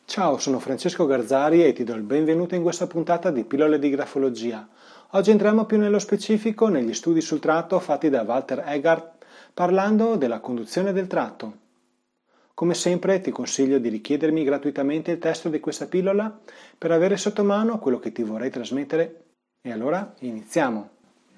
Ciao, sono Francesco Garzari e ti do il benvenuto in questa puntata di Pillole di Grafologia. Oggi entriamo più nello specifico negli studi sul tratto fatti da Walter Eghardt parlando della conduzione del tratto. Come sempre ti consiglio di richiedermi gratuitamente il testo di questa pillola per avere sotto mano quello che ti vorrei trasmettere. E allora iniziamo!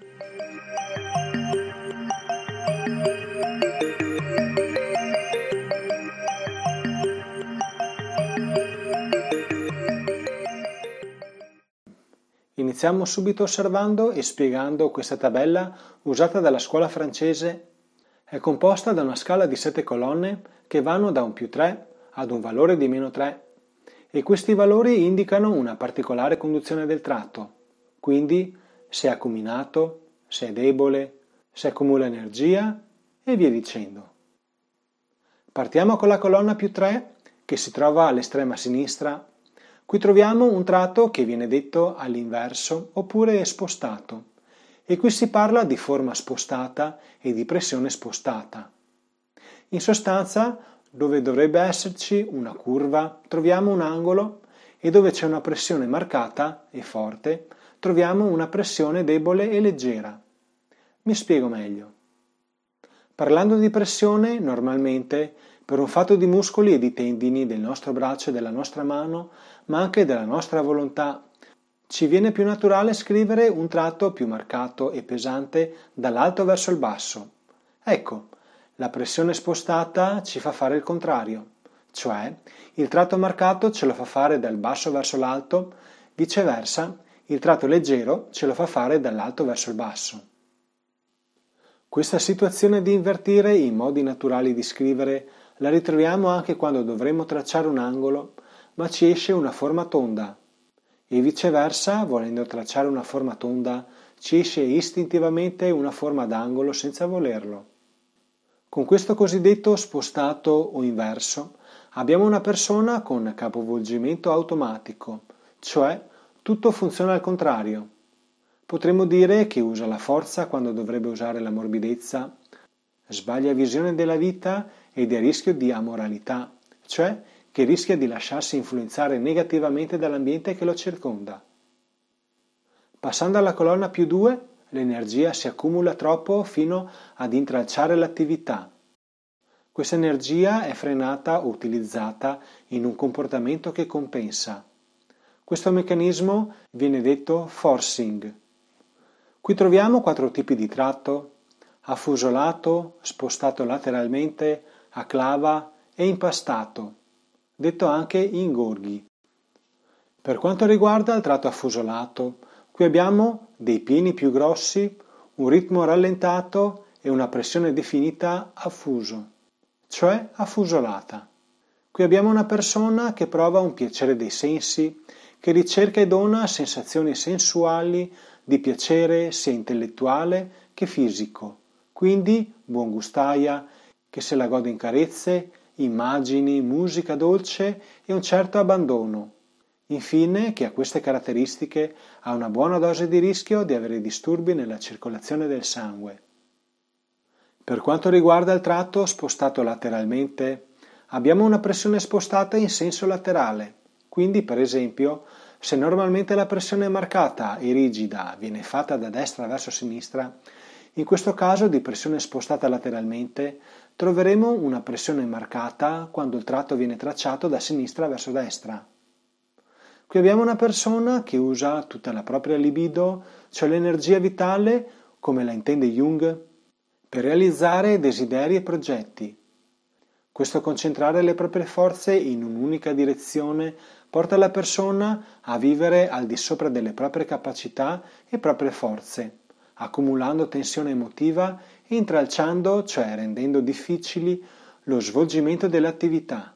Iniziamo subito osservando e spiegando questa tabella usata dalla scuola francese. È composta da una scala di 7 colonne che vanno da un +3 ad un valore di -3 e questi valori indicano una particolare conduzione del tratto, quindi se è acuminato, se è debole, se accumula energia e via dicendo. Partiamo con la colonna +3 che si trova all'estrema sinistra. Qui troviamo un tratto che viene detto all'inverso oppure spostato e qui si parla di forma spostata e di pressione spostata. In sostanza, dove dovrebbe esserci una curva, troviamo un angolo e dove c'è una pressione marcata e forte, troviamo una pressione debole e leggera. Mi spiego meglio. Parlando di pressione, normalmente, per un fatto di muscoli e di tendini del nostro braccio e della nostra mano, ma anche della nostra volontà, ci viene più naturale scrivere un tratto più marcato e pesante dall'alto verso il basso. Ecco, la pressione spostata ci fa fare il contrario, cioè il tratto marcato ce lo fa fare dal basso verso l'alto, viceversa, il tratto leggero ce lo fa fare dall'alto verso il basso. Questa situazione di invertire i modi naturali di scrivere la ritroviamo anche quando dovremmo tracciare un angolo, ma ci esce una forma tonda, e viceversa, volendo tracciare una forma tonda, ci esce istintivamente una forma d'angolo senza volerlo. Con questo cosiddetto spostato o inverso, abbiamo una persona con capovolgimento automatico, cioè tutto funziona al contrario. Potremmo dire che usa la forza quando dovrebbe usare la morbidezza, sbaglia visione della vita ed è a rischio di amoralità, cioè che rischia di lasciarsi influenzare negativamente dall'ambiente che lo circonda. Passando alla colonna +2, l'energia si accumula troppo fino ad intralciare l'attività. Questa energia è frenata o utilizzata in un comportamento che compensa. Questo meccanismo viene detto forcing. Qui troviamo 4 tipi di tratto: affusolato, spostato lateralmente, a clava e impastato, detto anche ingorghi. Per quanto riguarda il tratto affusolato, qui abbiamo dei pieni più grossi, un ritmo rallentato e una pressione definita a fuso, cioè affusolata. Qui abbiamo una persona che prova un piacere dei sensi, che ricerca e dona sensazioni sensuali di piacere sia intellettuale che fisico, quindi buongustaia, che se la gode in carezze, immagini, musica dolce e un certo abbandono. Infine, che ha queste caratteristiche, ha una buona dose di rischio di avere disturbi nella circolazione del sangue. Per quanto riguarda il tratto spostato lateralmente, abbiamo una pressione spostata in senso laterale, quindi per esempio, se normalmente la pressione marcata e rigida viene fatta da destra verso sinistra, in questo caso di pressione spostata lateralmente troveremo una pressione marcata quando il tratto viene tracciato da sinistra verso destra. Qui abbiamo una persona che usa tutta la propria libido, cioè l'energia vitale, come la intende Jung, per realizzare desideri e progetti. Questo concentrare le proprie forze in un'unica direzione porta la persona a vivere al di sopra delle proprie capacità e proprie forze, accumulando tensione emotiva e intralciando, cioè rendendo difficili, lo svolgimento delle attività.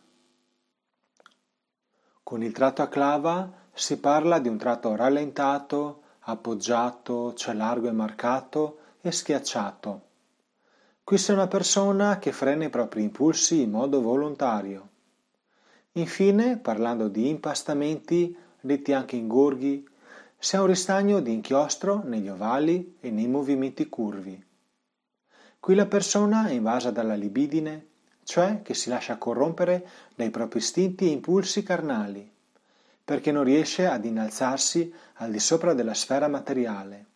Con il tratto a clava si parla di un tratto rallentato, appoggiato, cioè largo e marcato, e schiacciato. Qui c'è una persona che frena i propri impulsi in modo volontario. Infine, parlando di impastamenti, detti anche ingorghi, si ha un ristagno di inchiostro negli ovali e nei movimenti curvi. Qui la persona è invasa dalla libidine, cioè che si lascia corrompere dai propri istinti e impulsi carnali, perché non riesce ad innalzarsi al di sopra della sfera materiale.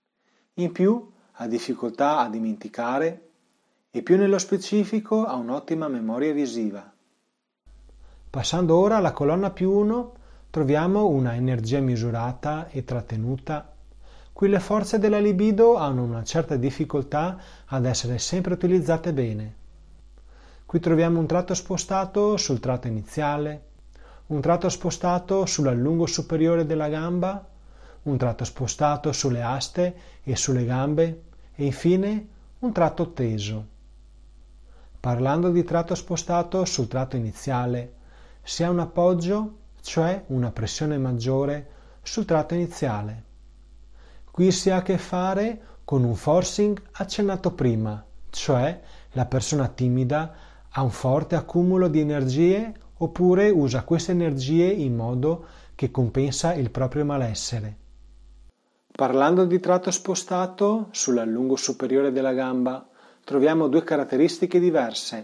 In più ha difficoltà a dimenticare e più nello specifico ha un'ottima memoria visiva. Passando ora alla colonna +1, troviamo una energia misurata e trattenuta. Qui le forze della libido hanno una certa difficoltà ad essere sempre utilizzate bene. Qui troviamo un tratto spostato sul tratto iniziale, un tratto spostato sull'allungo superiore della gamba, un tratto spostato sulle aste e sulle gambe e infine un tratto teso. Parlando di tratto spostato sul tratto iniziale, si ha un appoggio, cioè una pressione maggiore, sul tratto iniziale. Qui si ha a che fare con un forcing accennato prima, cioè la persona timida ha un forte accumulo di energie oppure usa queste energie in modo che compensa il proprio malessere. Parlando di tratto spostato sull'allungo superiore della gamba, troviamo due caratteristiche diverse.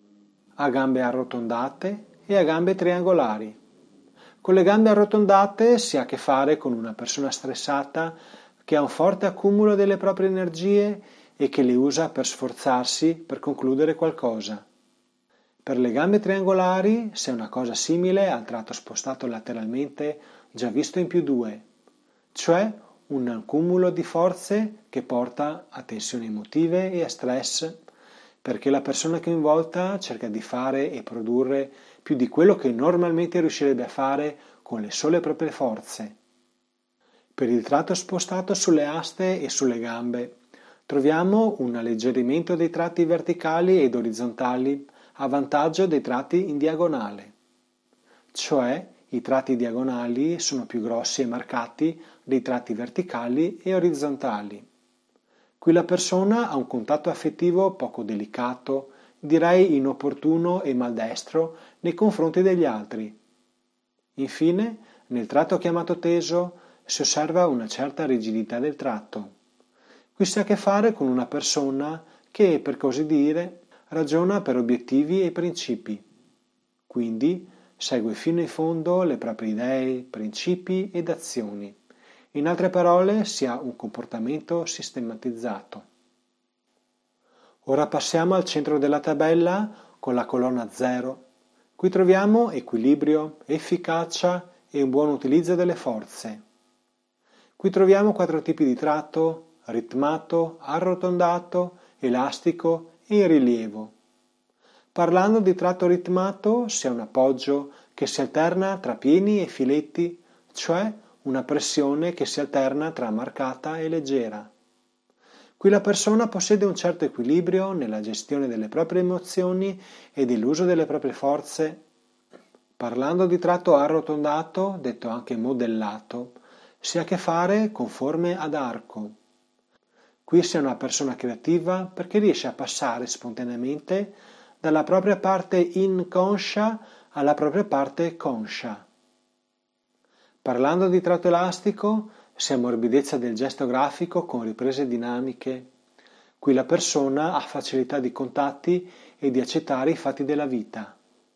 Ha gambe arrotondate e ha gambe triangolari. Con le gambe arrotondate si ha a che fare con una persona stressata che ha un forte accumulo delle proprie energie e che le usa per sforzarsi per concludere qualcosa. Per le gambe triangolari si è una cosa simile al tratto spostato lateralmente già visto in +2, cioè un accumulo di forze che porta a tensioni emotive e a stress, perché la persona coinvolta cerca di fare e produrre più di quello che normalmente riuscirebbe a fare con le sole proprie forze. Per il tratto spostato sulle aste e sulle gambe troviamo un alleggerimento dei tratti verticali ed orizzontali a vantaggio dei tratti in diagonale, cioè i tratti diagonali sono più grossi e marcati dei tratti verticali e orizzontali. Qui la persona ha un contatto affettivo poco delicato, direi inopportuno e maldestro nei confronti degli altri. Infine, nel tratto chiamato teso si osserva una certa rigidità del tratto. Qui si ha a che fare con una persona che, per così dire, ragiona per obiettivi e principi. Quindi segue fino in fondo le proprie idee, principi ed azioni. In altre parole, si ha un comportamento sistematizzato. Ora passiamo al centro della tabella con la colonna 0. Qui troviamo equilibrio, efficacia e un buon utilizzo delle forze. Qui troviamo 4 tipi di tratto: ritmato, arrotondato, elastico e in rilievo. Parlando di tratto ritmato, si ha un appoggio che si alterna tra pieni e filetti, cioè una pressione che si alterna tra marcata e leggera. Qui la persona possiede un certo equilibrio nella gestione delle proprie emozioni e dell'uso delle proprie forze. Parlando di tratto arrotondato, detto anche modellato, si ha a che fare con forme ad arco. Qui si è una persona creativa perché riesce a passare spontaneamente dalla propria parte inconscia alla propria parte conscia. Parlando di tratto elastico, si ha morbidezza del gesto grafico con riprese dinamiche. Qui la persona ha facilità di contatti e di accettare i fatti della vita.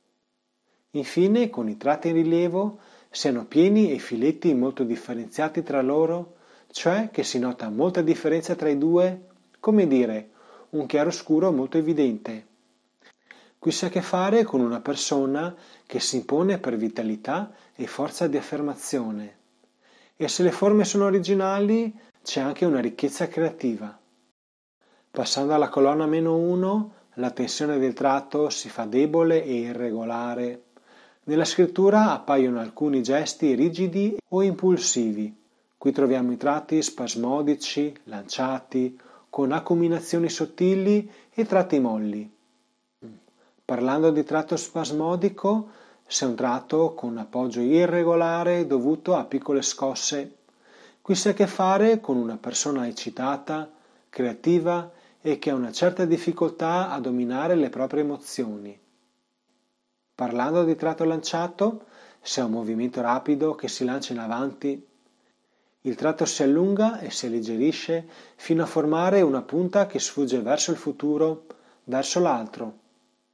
Infine, con i tratti in rilievo, si hanno pieni e filetti molto differenziati tra loro, cioè che si nota molta differenza tra i due, come dire, un chiaroscuro molto evidente. Qui si ha a che fare con una persona che si impone per vitalità e forza di affermazione. E se le forme sono originali, c'è anche una ricchezza creativa. Passando alla colonna -1, la tensione del tratto si fa debole e irregolare. Nella scrittura appaiono alcuni gesti rigidi o impulsivi. Qui troviamo i tratti spasmodici, lanciati, con acuminazioni sottili e tratti molli. Parlando di tratto spasmodico, c'è un tratto con appoggio irregolare dovuto a piccole scosse. Qui si ha a che fare con una persona eccitata, creativa e che ha una certa difficoltà a dominare le proprie emozioni. Parlando di tratto lanciato, si ha un movimento rapido che si lancia in avanti. Il tratto si allunga e si alleggerisce fino a formare una punta che sfugge verso il futuro, verso l'altro.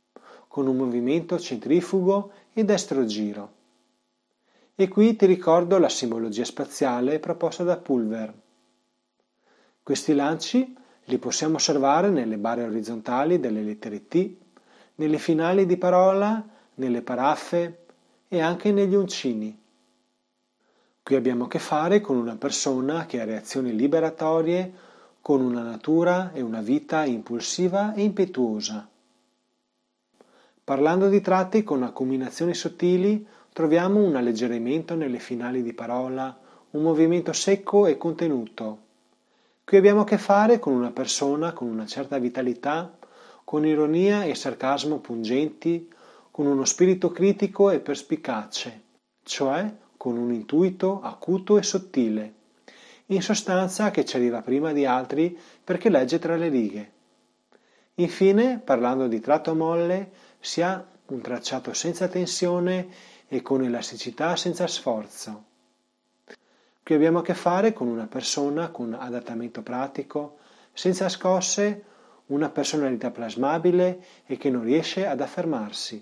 con un movimento centrifugo e destro giro. E qui ti ricordo la simbologia spaziale proposta da Pulver. Questi lanci li possiamo osservare nelle barre orizzontali delle lettere T, nelle finali di parola, nelle paraffe e anche negli uncini. Qui abbiamo a che fare con una persona che ha reazioni liberatorie, con una natura e una vita impulsiva e impetuosa. Parlando di tratti con acuminazioni sottili, troviamo un alleggerimento nelle finali di parola, un movimento secco e contenuto. Qui abbiamo a che fare con una persona con una certa vitalità, con ironia e sarcasmo pungenti, con uno spirito critico e perspicace, cioè con un intuito acuto e sottile, in sostanza che ci arriva prima di altri perché legge tra le righe. Infine, parlando di tratto molle, si ha un tracciato senza tensione e con elasticità senza sforzo. Qui abbiamo a che fare con una persona con adattamento pratico, senza scosse, una personalità plasmabile e che non riesce ad affermarsi.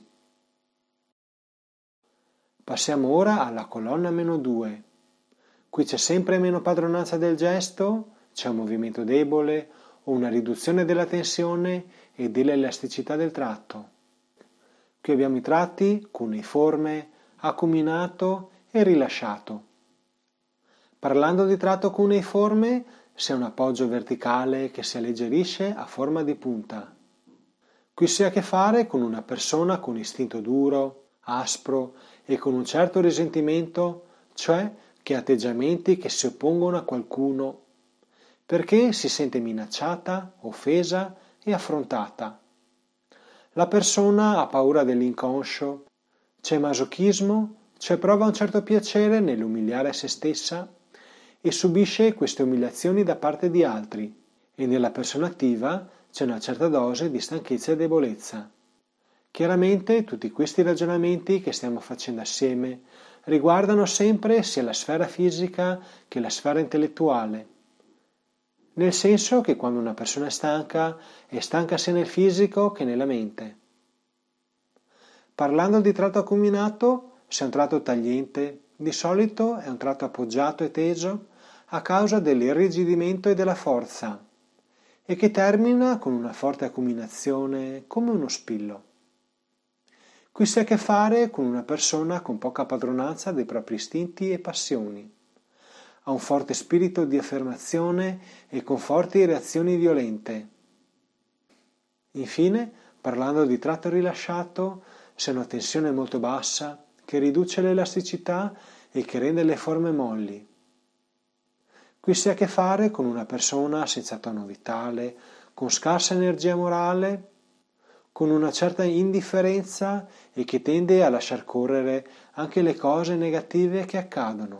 Passiamo ora alla colonna -2. Qui c'è sempre meno padronanza del gesto, c'è un movimento debole o una riduzione della tensione e dell'elasticità del tratto. Qui abbiamo i tratti cuneiforme, acuminato e rilasciato. Parlando di tratto cuneiforme, c'è un appoggio verticale che si alleggerisce a forma di punta. Qui si ha a che fare con una persona con istinto duro, aspro e con un certo risentimento, cioè che ha atteggiamenti che si oppongono a qualcuno, perché si sente minacciata, offesa e affrontata. La persona ha paura dell'inconscio, c'è masochismo, cioè prova un certo piacere nell'umiliare se stessa e subisce queste umiliazioni da parte di altri, e nella persona attiva c'è una certa dose di stanchezza e debolezza. Chiaramente tutti questi ragionamenti che stiamo facendo assieme riguardano sempre sia la sfera fisica che la sfera intellettuale, nel senso che quando una persona è stanca sia nel fisico che nella mente. Parlando di tratto acuminato, se è un tratto tagliente, di solito è un tratto appoggiato e teso a causa dell'irrigidimento e della forza, e che termina con una forte acuminazione come uno spillo. Qui si ha a che fare con una persona con poca padronanza dei propri istinti e passioni. Ha un forte spirito di affermazione e con forti reazioni violente. Infine, parlando di tratto rilasciato, c'è una tensione molto bassa che riduce l'elasticità e che rende le forme molli. Qui si ha a che fare con una persona senza tono vitale, con scarsa energia morale, con una certa indifferenza e che tende a lasciar correre anche le cose negative che accadono.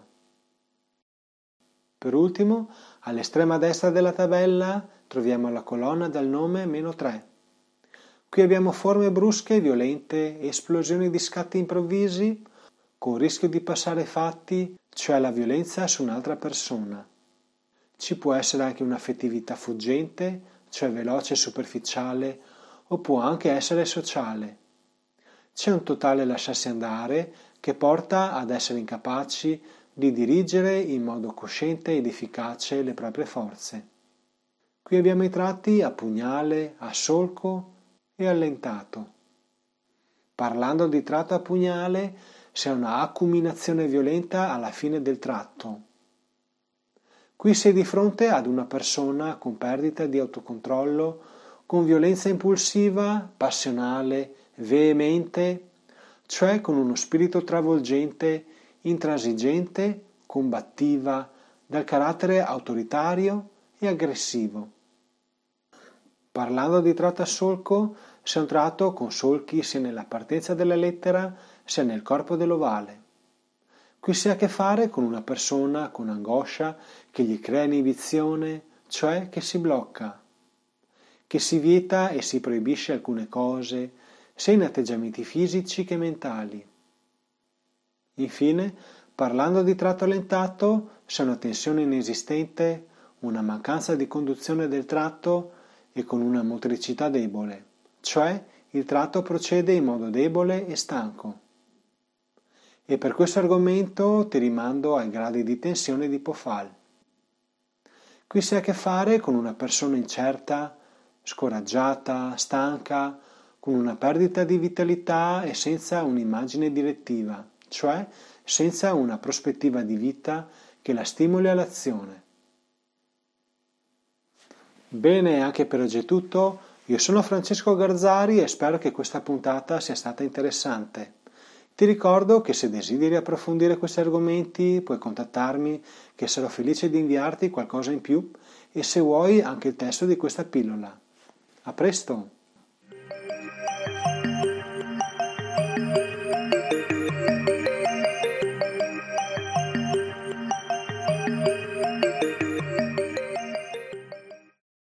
Per ultimo, all'estrema destra della tabella troviamo la colonna dal nome -3. Qui abbiamo forme brusche e violente, esplosioni di scatti improvvisi, con rischio di passare fatti, cioè la violenza su un'altra persona. Ci può essere anche un'affettività fuggente, cioè veloce e superficiale, o può anche essere sociale. C'è un totale lasciarsi andare che porta ad essere incapaci di dirigere in modo cosciente ed efficace le proprie forze. Qui abbiamo i tratti a pugnale, a solco e allentato. Parlando di tratto a pugnale, c'è una acuminazione violenta alla fine del tratto. Qui si è di fronte ad una persona con perdita di autocontrollo, con violenza impulsiva, passionale, veemente, cioè con uno spirito travolgente, intransigente, combattiva, dal carattere autoritario e aggressivo. Parlando di tratto a solco, c'è un tratto con solchi sia nella partenza della lettera sia nel corpo dell'ovale. Qui si ha a che fare con una persona con angoscia che gli crea inibizione, cioè che si blocca, che si vieta e si proibisce alcune cose, sia in atteggiamenti fisici che mentali. Infine, parlando di tratto allentato, c'è una tensione inesistente, una mancanza di conduzione del tratto e con una motricità debole, cioè il tratto procede in modo debole e stanco. E per questo argomento ti rimando ai gradi di tensione di Pofal. Qui si ha a che fare con una persona incerta, scoraggiata, stanca, con una perdita di vitalità e senza un'immagine direttiva, cioè senza una prospettiva di vita che la stimoli all'azione. Bene, anche per oggi è tutto. Io sono Francesco Garzari e spero che questa puntata sia stata interessante. Ti ricordo che se desideri approfondire questi argomenti puoi contattarmi, che sarò felice di inviarti qualcosa in più e se vuoi anche il testo di questa pillola. A presto!